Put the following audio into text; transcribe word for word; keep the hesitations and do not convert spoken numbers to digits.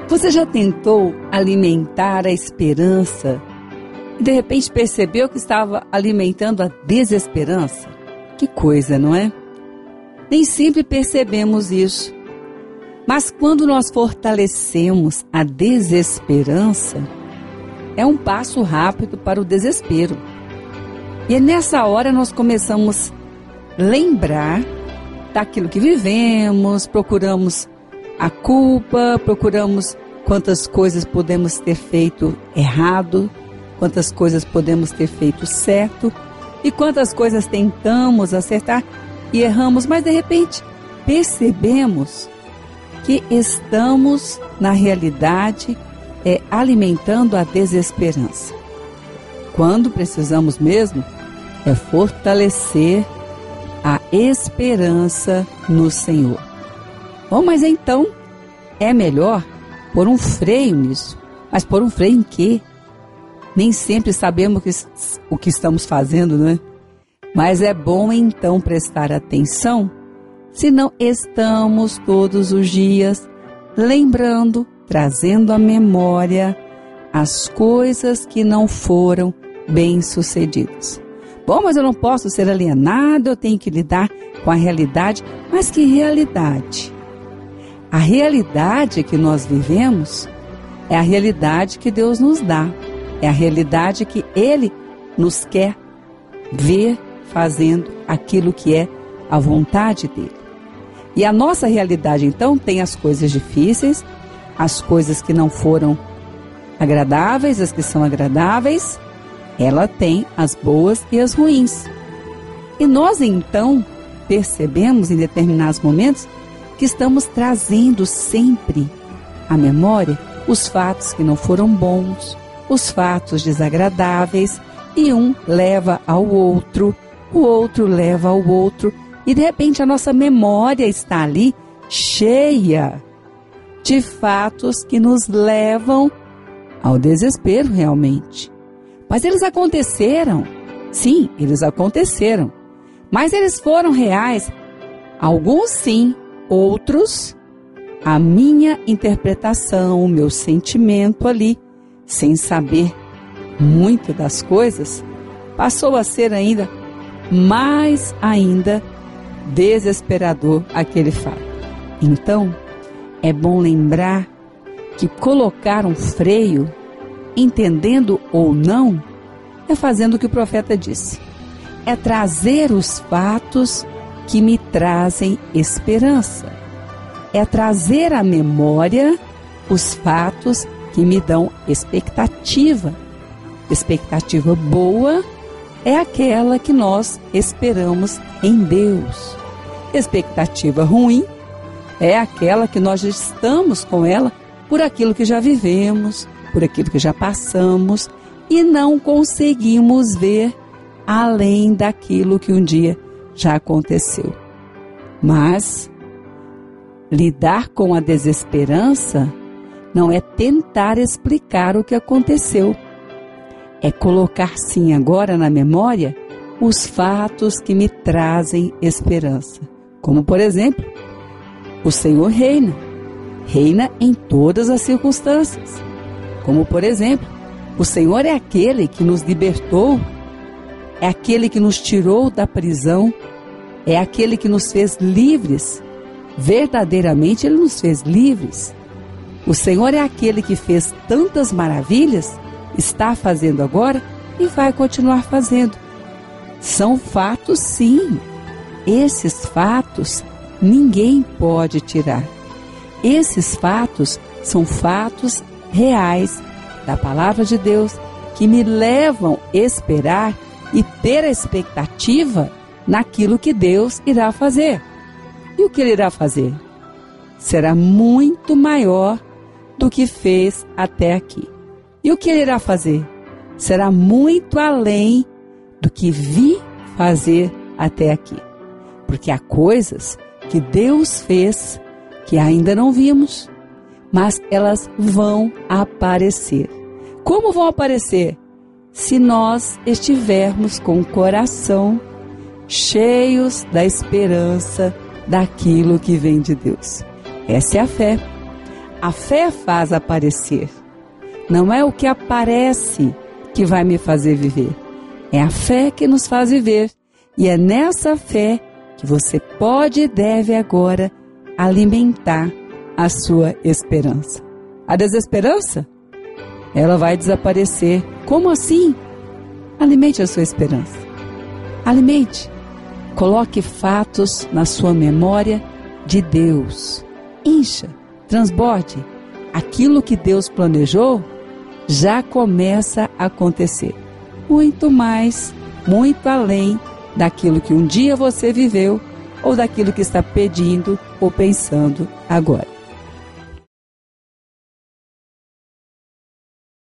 Você já tentou alimentar a esperança e de repente percebeu que estava alimentando a desesperança? Que coisa, não é? Nem sempre percebemos isso. Mas quando nós fortalecemos a desesperança, é um passo rápido para o desespero. E é nessa hora nós começamos a lembrar daquilo que vivemos, procuramos a culpa, procuramos quantas coisas podemos ter feito errado, quantas coisas podemos ter feito certo e quantas coisas tentamos acertar e erramos, mas de repente percebemos que estamos, na realidade, é, alimentando a desesperança. Quando precisamos mesmo é fortalecer a esperança no Senhor. Bom, mas então é melhor pôr um freio nisso. Mas pôr um freio em quê? Nem sempre sabemos que, o que estamos fazendo, não é? Mas é bom então prestar atenção, se não estamos todos os dias lembrando, trazendo à memória as coisas que não foram bem-sucedidas. Bom, mas eu não posso ser alienado, eu tenho que lidar com a realidade. Mas que realidade? A realidade que nós vivemos é a realidade que Deus nos dá. É a realidade que Ele nos quer ver fazendo aquilo que é a vontade dEle. E a nossa realidade, então, tem as coisas difíceis, as coisas que não foram agradáveis, as que são agradáveis. Ela tem as boas e as ruins. E nós, então, percebemos em determinados momentos que estamos trazendo sempre à memória os fatos que não foram bons, os fatos desagradáveis, e um leva ao outro, o outro leva ao outro, e de repente a nossa memória está ali cheia de fatos que nos levam ao desespero realmente. Mas eles aconteceram, sim, eles aconteceram, mas eles foram reais, alguns sim, outros, a minha interpretação, o meu sentimento ali, sem saber muito das coisas, passou a ser ainda mais ainda desesperador aquele fato. Então, é bom lembrar que colocar um freio, entendendo ou não, é fazendo o que o profeta disse. É trazer os fatos que me trazem esperança. É trazer à memória os fatos que me dão expectativa. Expectativa boa é aquela que nós esperamos em Deus. Expectativa ruim é aquela que nós estamos com ela por aquilo que já vivemos, por aquilo que já passamos e não conseguimos ver além daquilo que um dia já aconteceu. Mas lidar com a desesperança não é tentar explicar o que aconteceu. É colocar sim agora na memória os fatos que me trazem esperança. Como por exemplo, o Senhor reina. Reina em todas as circunstâncias. Como por exemplo, o Senhor é aquele que nos libertou, é aquele que nos tirou da prisão, é aquele que nos fez livres. Verdadeiramente Ele nos fez livres. O Senhor é aquele que fez tantas maravilhas, está fazendo agora e vai continuar fazendo. São fatos, sim. Esses fatos ninguém pode tirar. Esses fatos são fatos reais da palavra de Deus que me levam a esperar e ter a expectativa naquilo que Deus irá fazer. E o que Ele irá fazer? Será muito maior do que fez até aqui. E o que Ele irá fazer? Será muito além do que vi fazer até aqui. Porque há coisas que Deus fez que ainda não vimos, mas elas vão aparecer. Como vão aparecer? Se nós estivermos com o coração cheios da esperança daquilo que vem de Deus. Essa é a fé. A fé faz aparecer. Não é o que aparece que vai me fazer viver. É a fé que nos faz viver. E é nessa fé que você pode e deve agora alimentar a sua esperança. A desesperança? Ela vai desaparecer. Como assim? Alimente a sua esperança. Alimente. Coloque fatos na sua memória de Deus. Encha, transborde. Aquilo que Deus planejou já começa a acontecer. Muito mais, muito além daquilo que um dia você viveu ou daquilo que está pedindo ou pensando agora.